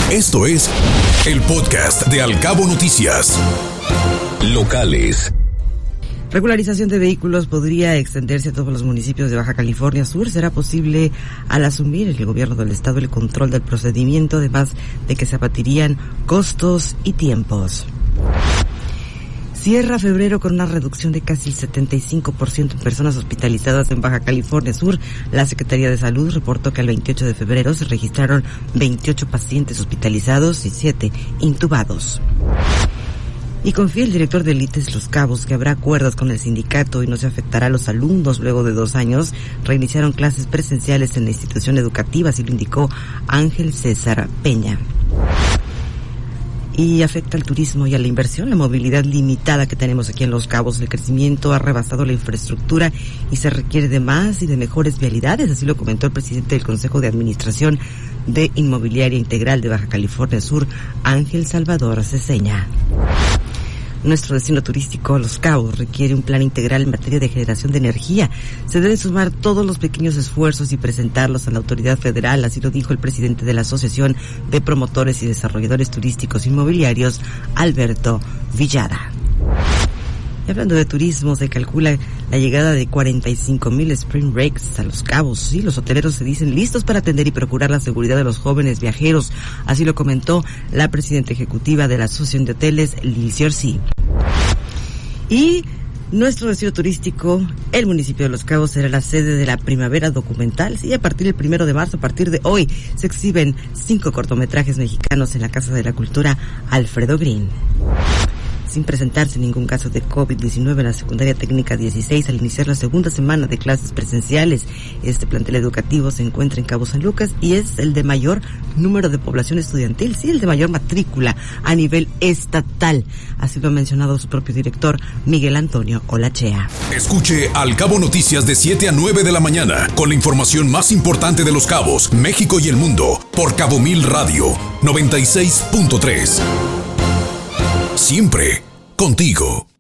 Esto es el podcast de Al Cabo Noticias. Locales. Regularización de vehículos podría extenderse a todos los municipios de Baja California Sur. Será posible al asumir el gobierno del estado el control del procedimiento, además de que se abatirían costos y tiempos. Cierra febrero con una reducción de casi el 75% en personas hospitalizadas en Baja California Sur. La Secretaría de Salud reportó que el 28 de febrero se registraron 28 pacientes hospitalizados y 7 intubados. Y confía el director del ITES Los Cabos que habrá acuerdos con el sindicato y no se afectará a los alumnos. Luego de 2 años, reiniciaron clases presenciales en la institución educativa, así lo indicó Ángel César Peña. Y afecta al turismo y a la inversión, la movilidad limitada que tenemos aquí en Los Cabos. El crecimiento ha rebasado la infraestructura y se requiere de más y de mejores vialidades, así lo comentó el presidente del Consejo de Administración de Inmobiliaria Integral de Baja California Sur, Ángel Salvador Ceseña. Nuestro destino turístico, Los Cabos, requiere un plan integral en materia de generación de energía. Se deben sumar todos los pequeños esfuerzos y presentarlos a la autoridad federal, así lo dijo el presidente de la Asociación de Promotores y Desarrolladores Turísticos Inmobiliarios, Alberto Villada. Y hablando de turismo, se calcula la llegada de 45,000 Spring Breaks a Los Cabos. Sí, los hoteleros se dicen listos para atender y procurar la seguridad de los jóvenes viajeros. Así lo comentó la presidenta ejecutiva de la Asociación de Hoteles, Lizzie Orsi. Y nuestro destino turístico, el municipio de Los Cabos, será la sede de la Primavera Documental. Sí, a partir del 1 de marzo, a partir de hoy, se exhiben 5 cortometrajes mexicanos en la Casa de la Cultura Alfredo Green. Sin presentarse ningún caso de COVID-19 en la secundaria técnica 16 al iniciar la segunda semana de clases presenciales. Este plantel educativo se encuentra en Cabo San Lucas y es el de mayor número de población estudiantil, sí, el de mayor matrícula a nivel estatal. Así lo ha mencionado su propio director, Miguel Antonio Olachea. Escuche Al Cabo Noticias de 7 a 9 de la mañana con la información más importante de Los Cabos, México y el mundo por Cabo Mil Radio 96.3. Siempre contigo.